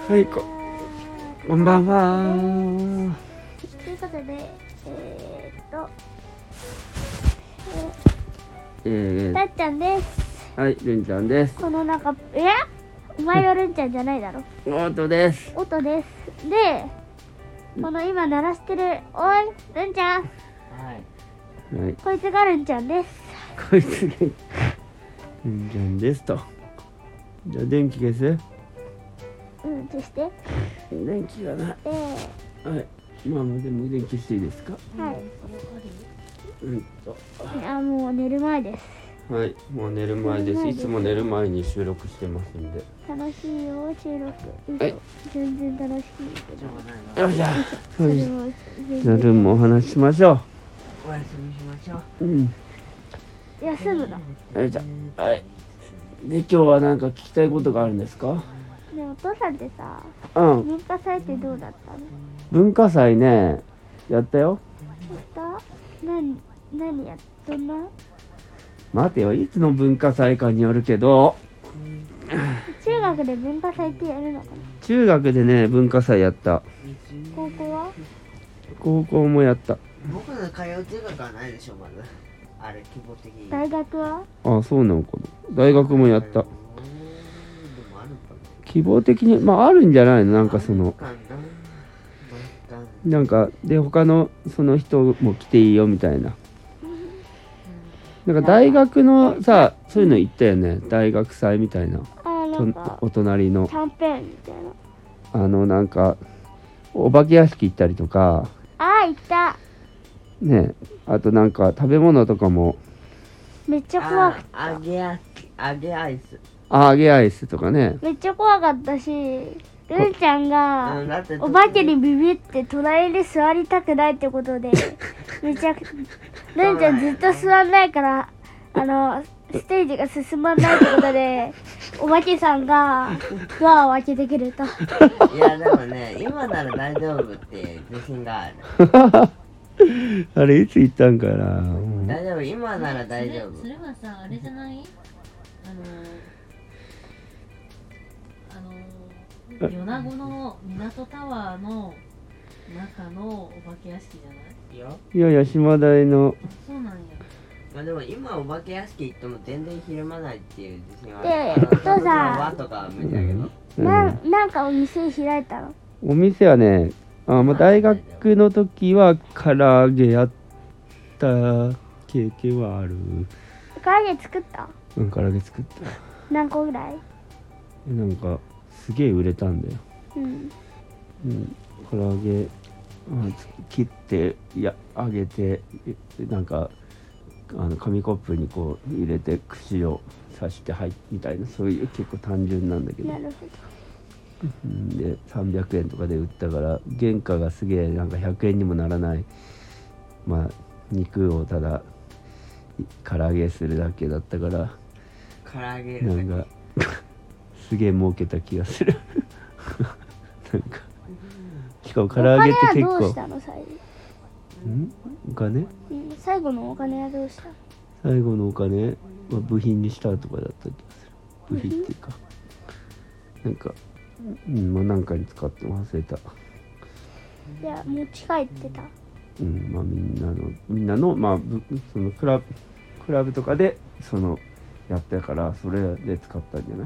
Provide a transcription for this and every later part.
はい、こんばんは。 ということで、たっちゃんです。 はい、るんちゃんです。 この中、お前はるんちゃんじゃないだろ。 音です。 音です。で、この今鳴らしてる、おい、るんちゃん。 はい。 こいつがるんちゃんです。 こいつがるんちゃんですと。じゃあ電気消す？ 消して。 電気がない。はい。まあでも電気していいですか？ はい。もう寝る前です。 はい、もう寝る前です。いつも寝る前に収録してますんで。 楽しいよ、収録。 はい。 全然楽しいけど。 よいしょ。じゃあルンもお話ししましょう。 お休みしましょう。 休むの。 よいしょ。はい。で、今日は何か聞きたいことがあるんですか？ ね、お父さんってさ、文化祭ってどうだったの？ 文化祭ね、やったよ。 やった？何やっとんな？ 待てよ、いつの文化祭かによるけど。 中学で文化祭ってやるのかな？ 中学でね、文化祭やった。 高校は？ 高校もやった。 僕の通う中学はないでしょ、まず。あれ、希望的に。 大学は？ あ、そうなのかな。大学もやった。 でもあるか希望的に、まああるんじゃないの？なんかその、 な。 なんか、で、他のその人も来ていいよみたいな。なんか大学のさ、そういうの行ったよね。大学祭みたいな。 なんかお隣のキ。ャンペーンみたいな。 なんか、お化け屋敷行ったりとか、 行った。 ね、あとなんか食べ物とかも、 めっちゃ怖かっ揚げアイス。 揚げアイスとかね。 た。めっちゃ怖かったし、るんちゃんがだってお化けにビビって隣で座りたくないってことで、めちゃくるんちゃんずっと座んないから、ステージが進まないってことで、お化けさんがドアを開けてくれた。 いや、でもね、今なら大丈夫って自信がある。 あれいつ行ったんかな。 大丈夫、今なら大丈夫。 それはさ、あれじゃない？米子の港タワーの中のお化け屋敷じゃない？ いや、 いやいや、島台の。 そうなんや。 まあでも今お化け屋敷行っても全然ひるまないっていう自信はある。 でお父さん輪とかは無理だけど。 なんかお店開いたの？ お店はね、まあ、大学の時は唐揚げやった経験はある。 唐揚げ作った？ 唐揚げ作った。 何個ぐらい？ なんかすげえ売れたんだよ。唐揚げ切って揚げて、なんか紙コップにこう入れて串を刺してみたいな、そういう結構単純なんだけど。 なるほど。 で300円とかで売ったから、原価がすげえなんか100円にもならない、まあ肉をただ唐揚げするだけだったから、 唐揚げなんかすげえ儲けた気がする。なんかしかも唐揚げって結構お金はどうしたの？ お金？ 最後のお金はどうした？ 最後のお金は部品にしたとかだった気がする。部品っていうか、なんかまあ何かに使っても忘れた。 いや、持ち帰ってた。 まあみんなのまあそのクラブとかでやったから、それで使ったんじゃない？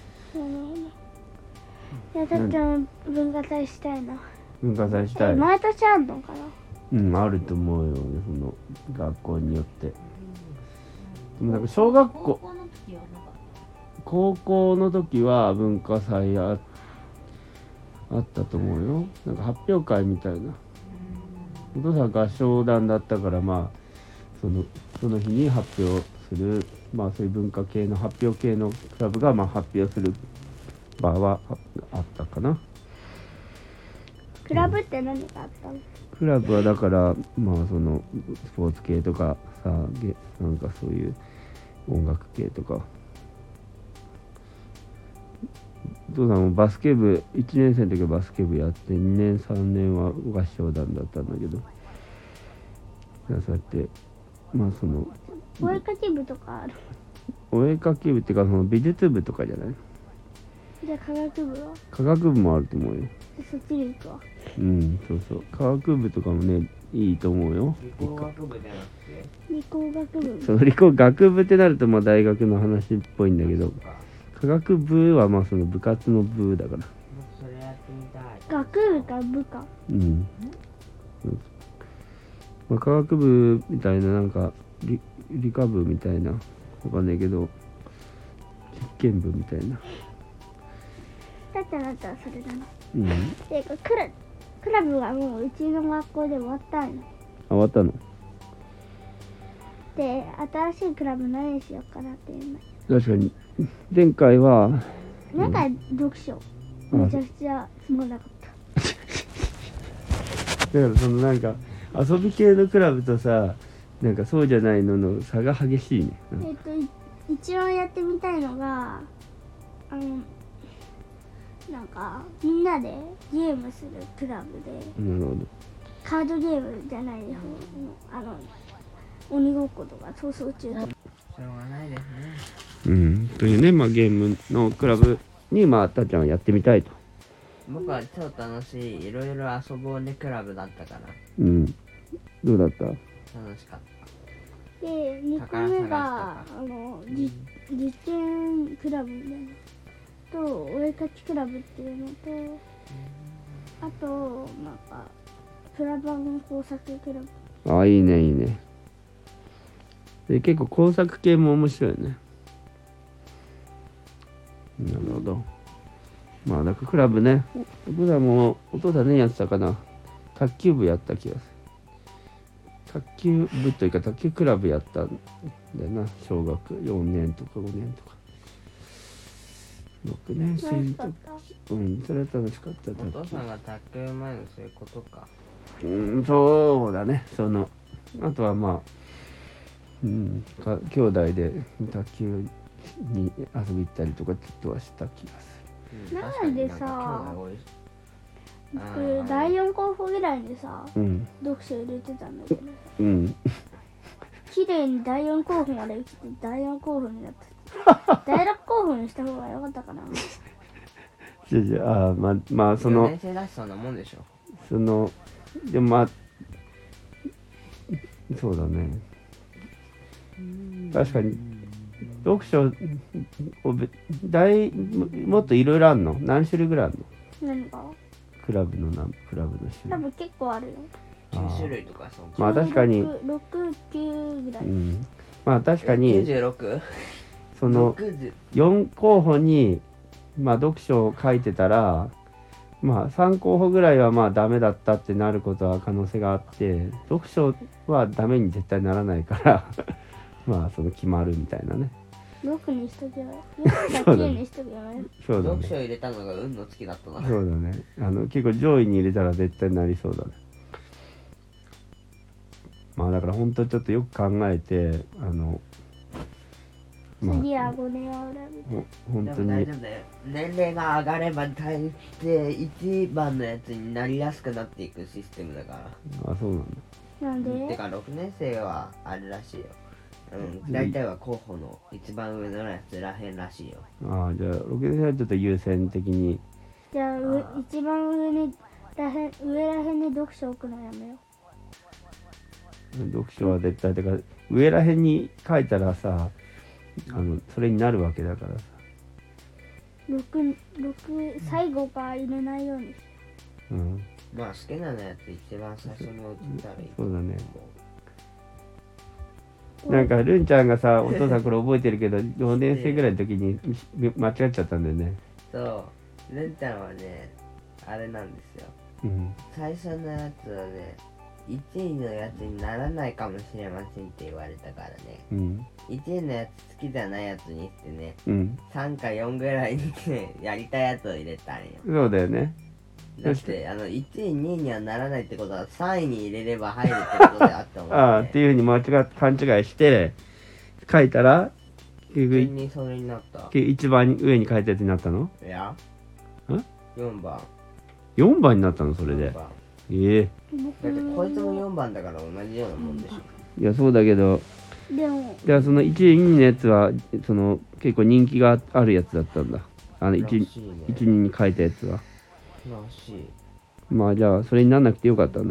いや、だって文化祭したいな。 文化祭したい。 毎年あんのかな？ あると思うよ、その学校によって。でもなんか小学校、高校の時は文化祭あったと思うよ。なんか発表会みたいな。お父さんは合唱団だったから、まあその日に発表する、まあそういう文化系の発表系のクラブがまあ発表する場はあったかな。 クラブって何があったの？ クラブはだから、まあそのスポーツ系とかさ、なんかそういう音楽系とか。お父さんもバスケ部、1年生の時はバスケ部やって、2年3年は合唱団だったんだけど、そうやってまあそのお絵かき部とかある？ お絵かき部っていうか、その美術部とかじゃない？ じゃあ科学部は科学部もあると思うよ。 そっちに行くわ。 そうそう。科学部とかもね、いいと思うよ。 理工学部じゃなくて理工学部。 その理工学部ってなるとまあ大学の話っぽいんだけど、科学部はまあその部活の部だから。 それやってみたい。 学部か部か。 まあ、科学部みたいななんか理科部みたいなわかんないけど実験部みたいな。 だったらそれだな。ていうかクラブがもううちの学校で終わったんよ。 終わったの？ で新しいクラブ何にしようかなっていうの。 確かに前回はなんか読書めちゃくちゃつまんなかった。 だからそのなんか遊び系のクラブとさ、なんかそうじゃないのの差が激しいね。 一番やってみたいのがなんかみんなでゲームするクラブで、 なるほど。 カードゲームじゃない方の鬼ごっことか逃走中とか。 しょうがないですね。 というね、まあゲームのクラブにまあたっちゃんはやってみたいと。 僕は超楽しい、いろいろ遊ぼうねクラブだったからどうだった？ 楽しかった。 で2個目が実験クラブみたいなとお絵かきクラブっていうのと、あとなんかプラバン工作クラブ。 あ、いいねいいね。で結構工作系も面白いね。なるほど。まあだからクラブね、僕らもお父さん何やってたかな、卓球部やった気がする。卓球部というか卓球クラブやったんだよな、小学4年とか5年とか6年生とか。それは楽しかった。 お父さんが卓球前のそういうことか。 そうだね。あとはまあ兄弟で卓球に遊び行ったりとかちょっとはした気がする。 なんでさ、僕第4候補ぐらいにさ、読書入れてたんだけどさ、綺麗に第4候補まで来て第4候補になった。第6候補にした方が良かったかな。 まあその 4年生だしそんなもんでしょ。 でもまあそうだね。確かに読書をもっといろいろあんの？何種類ぐらいあんの？ 何が？ クラブの種類。 多分結構あるよ。 9種類とかそう。 まあ確かに 6、9ぐらい。 まあ確かに 96？ その4候補にまあ読書を書いてたら、まあ3候補ぐらいはまあダメだったってなることは可能性があって、読書はダメに絶対ならないからまあその決まるみたいなね。 6にしとけば6か9にしとけばね。 そうだね。 読書入れたのが運の月だったな。 そうだね。結構上位に入れたら絶対なりそうだね。まあだから本当ちょっとよく考えて次は5年は裏見て。 本当に大丈夫だよ。年齢が上がれば大抵1番のやつになりやすくなっていくシステムだから。 あ、そうなんだ。 なんで？ てか6年生はあれらしいよ。大体は候補の一番上のやつらへんらしいよ。 じゃあ6年生はちょっと優先的に。 じゃあ一番上らへんに読書置くのやめよ読書は絶対てか上らへんに書いたらさそれになるわけだからさ。 6最後から入れないように。 まあ好きなのやつ一番最初に置いてたらいい。 そうだね。なんかるんちゃんがさ、お父さんこれ覚えてるけど4年生ぐらいの時に間違っちゃったんだよね。 そうるんちゃんはねあれなんですよ。最初のやつはね1位のやつにならないかもしれませんって言われたからね、1位のやつ好きじゃないやつにしてね、3か4ぐらいにねやりたいやつを入れたんよ。 そうだよね。 だって1位2位にはならないってことは3位に入れれば入るってことであって思ってっていうふうに勘違いして書いたら普通にそれになった。 一番上に書いたやつになったの？ いや4番 4番になったの？それで 4番だってこいつも4番だから同じようなもんでしょ。 いやそうだけど、 でもじゃあその1位2位のやつは結構人気があるやつだったんだ。 一らしいね人に書いたやつは。 らしい。 まあじゃあそれになんなくてよかったね。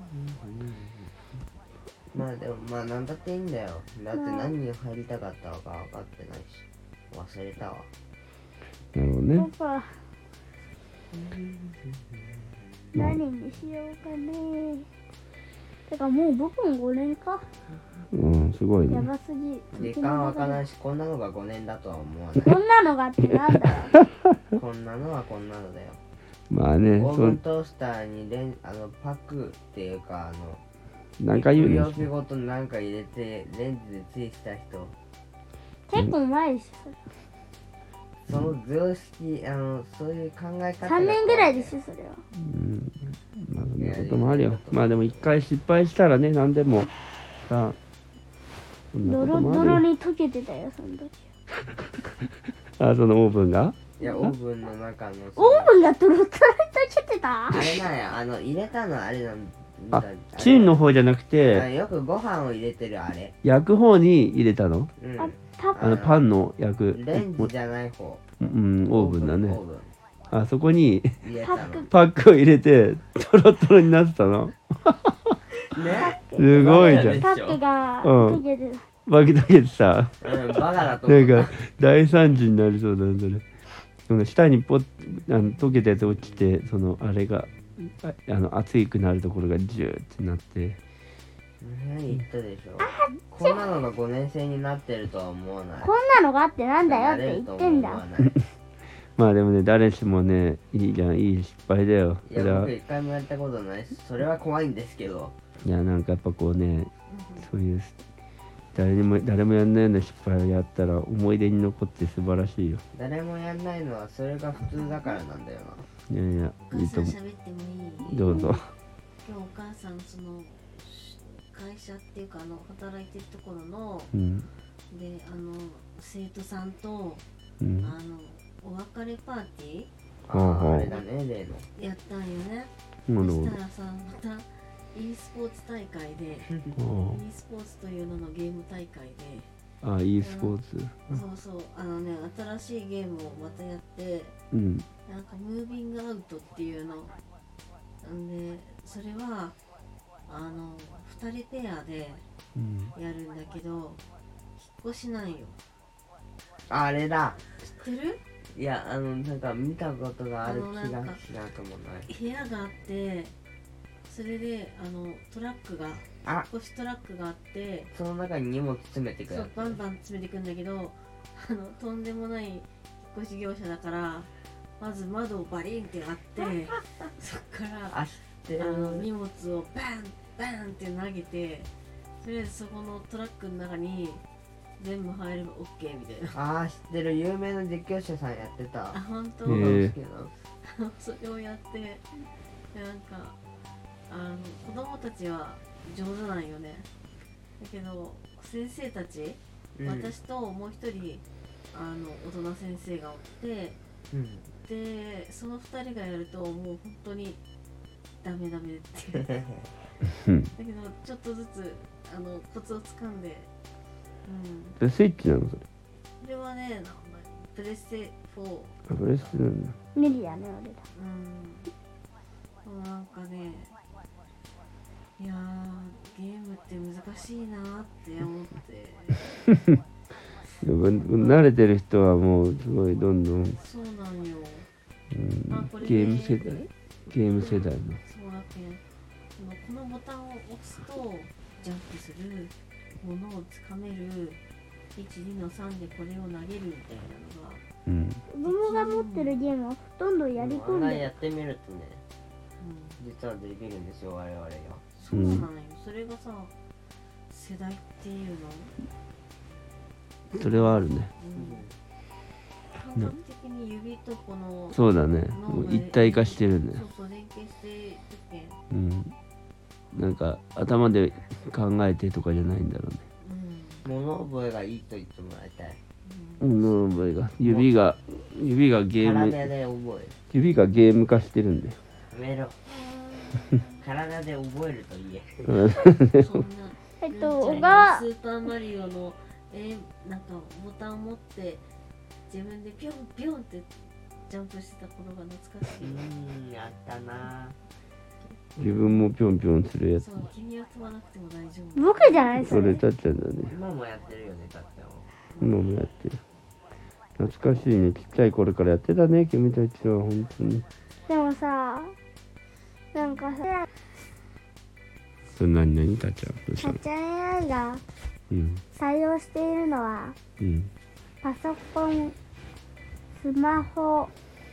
まあでもまあなんだっていいんだよ。だって何に入りたかったのか分かってないし忘れたわ。 なるほどね。 パパ何にしようかね。てかもう僕も5年か。 うんすごいね。 やばすぎ。 時間わからないし、こんなのが5年だとは思わない。 こんなのがってなんだよ。 こんなのはこんなのだよ。 まあねオーブントースターにパックっていうか何回言うの。 容器ごとなんか入れてレンジでチンした人、 結構前でしょその常識そういう考え方が 3年ぐらいでしょそれは。 まあそんなこともあるよ。まあでも一回失敗したらね何でもさそんなドロこともあるよ。 ドロに溶けてたよその時。 あそのオーブンがいやオーブンの中のオーブンがドロドロに溶けてた。 あれなんや入れたのあれなんあチンの方じゃなくてよくご飯を入れてるあれ、 焼く方に入れたの。 うん、 あパパンの焼くレンジじゃない方、 うんオーブンだね。 オーブンあそこに入れたのパックを入れてトロトロになってたの。 ねすごいじゃん。 パックがうん溶けてた。 バキだけでさうんバカだと思うなんか大惨事になりそうだねそれ。その下に溶けたやつ落ちてあれが熱くなるところがジューってなって。 何言ったでしょ。こんなのが5年生になってるとは思わない。 こんなのがあってなんだよって言ってんだ。 まあでもね誰しもねいいじゃん、いい失敗だよ。 いや僕一回もやったことないしそれは怖いんですけど。 いやなんかやっぱこうねそういう誰もやんないような失敗をやったら思い出に残って素晴らしいよ。 誰もやんないのはそれが普通だからなんだよな。 いやいやお母さいいと思ん喋ってもいい？ う。どうぞ。 今日お母さん会社っていうか働いてるところのうんで生徒さんとうんお別れパーティあれだね例の。 ーやったんよね。 なるほそしたらさまた e スポーツ大会で e ど。 スポーツというののゲーム大会でああ e スポーツ。 そうそう新しいゲームをまたやってうんなんかムービングアウトっていうのなんでそれは2人ペアでうんやるんだけど引っ越しなんよ。 あれだ。 知ってる？ いやなんか見たことがある気がしなくもない。 部屋があってそれでトラックが引っ越しトラックがあってその中に荷物詰めてくるそうバンバン詰めていくんだけどとんでもない引っ越し業者だからまず窓をバリンって割ってそっから知ってる荷物をバンバンって投げてとりあえずそこのトラックの中に全部入れば OK みたいな。 知ってる有名な実況者さんやってた。 本当、それをやってなんか子供たちは上手なんよね。だけど先生たち、私ともう一人大人先生がおって、でその2人がやるともう本当にダメってだけどちょっとずつコツをつかんで、 スイッチなのそれ。 それはねプレステ4。 プレステなんだ。 無理だね俺だ。 なんかねいやゲームって難しいなって思って慣れてる人はもうすごいどんどん、 そうなんよ、 ゲーム世代のそうだけこのボタンを押すとジャンプするものをつかめる1、2の3でこれを投げるみたいなのが、 子供が持ってるゲームはほとんどやり込んでやってみるとね、実はできるんですよ我々が。 そうなんよ、それがさ世代っていうのそれはあるね。 感覚的に指とこのそうだね。もう一体化してるね。 そう連携してるけん。 なんか頭で考えてとかじゃないんだろうね。 物覚えがいいと言ってもらいたい。 物覚えが指がゲーム体で覚える。 指がゲーム化してるんだよ。 やめろ。体で覚えると言え。そんな小川スーパーマリオのなんかボタンを持って自分でピョンピョンってジャンプしてた頃が懐かしい。 やったな。 自分もぴょんぴょんするやつ。 そう、君は飛ばなくても大丈夫。 僕じゃないそれたっちゃんだね。 今もやってるよね、たっちゃんは。 今もやってる。懐かしいね。ちっちゃい頃からやってたね、君たちは本当に。 でもさ、なんかさ、 それ何たっちゃん。どうしたの？ タッチ AI がうん採用しているのはうんパソコン、スマホ、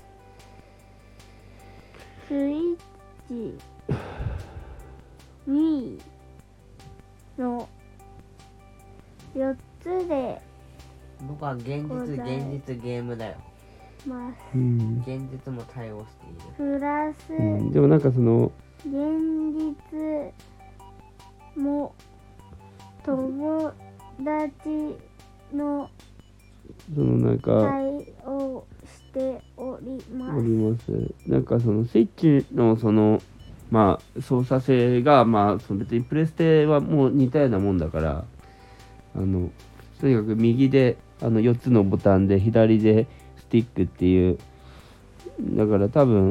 スイッチ、Wii の4つで僕は現実ゲームだよ。 ます。 うん現実も対応している。 プラス、 でもなんかその現実も友達のそのなんか対応しております。 なんかそのスイッチのそのまあ操作性がまあその別にプレステはもう似たようなもんだからとにかく右で4つのボタンで左でスティックっていうだから多分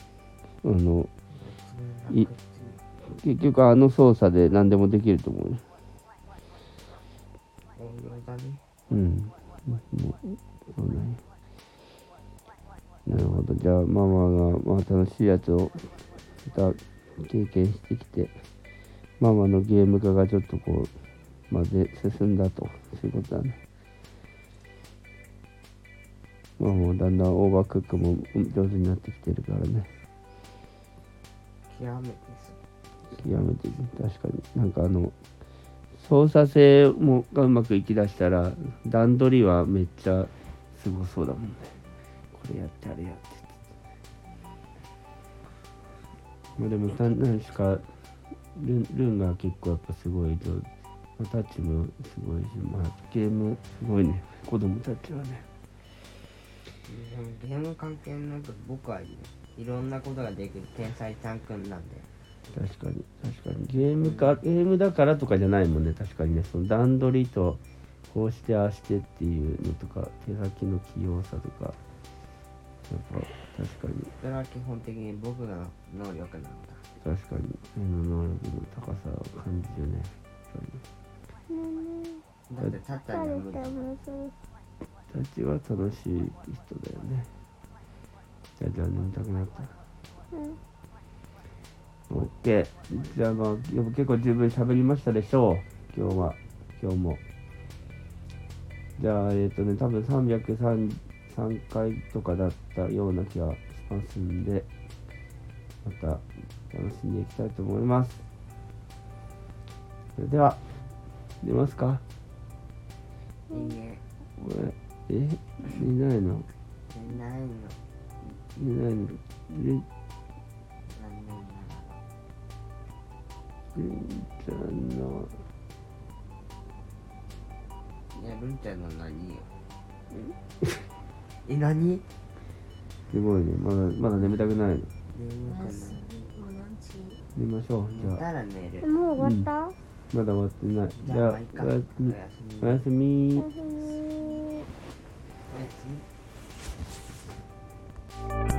結局操作で何でもできると思うよ。うんそうね。なるほど。じゃあママがまあ楽しいやつをまた経験してきてママのゲーム化がちょっとこうまで進んだとそういうことだね。まあもうだんだんオーバークックも上手になってきてるからね。 極めて確かになんか操作性もがうまくいきだしたら段取りはめっちゃすごそうだもんね。これやってあれやってまあでも何しかルンが結構やっぱすごい上手、タッチもすごいし、まあゲームすごいね、子供たちはね。 ゲーム関係なく僕はいろんなことができる天才ちゃんくんなんで。 確かにゲームだからとかじゃないもんね。確かにね、その段取りとこうしてああしてっていうのとか手先の器用さとかやっぱ確かにそれは基本的に僕の能力なんだ。 確かに能力の高さを感じるね。 だってたったら無理だもん。 たちは楽しい人だよね。じゃあ眠たくなった。オッケー。じゃあまあ結構十分喋りましたでしょう。今日も。じゃあ多分303回とかだったような気がしますんで、また楽しんでいきたいと思います。それでは出ますか？ いいね。 寝ないの？ 寝ないの。 ルンちゃんのいや、ルンちゃんの何よ。何？ すごいね。まだ眠たくないの？ 眠くない。 寝ましょう。じゃあ。 寝たら寝る。 もう終わった？ まだ終わってない。 じゃあ、おやすみ。 おやすみ。 おやすみ。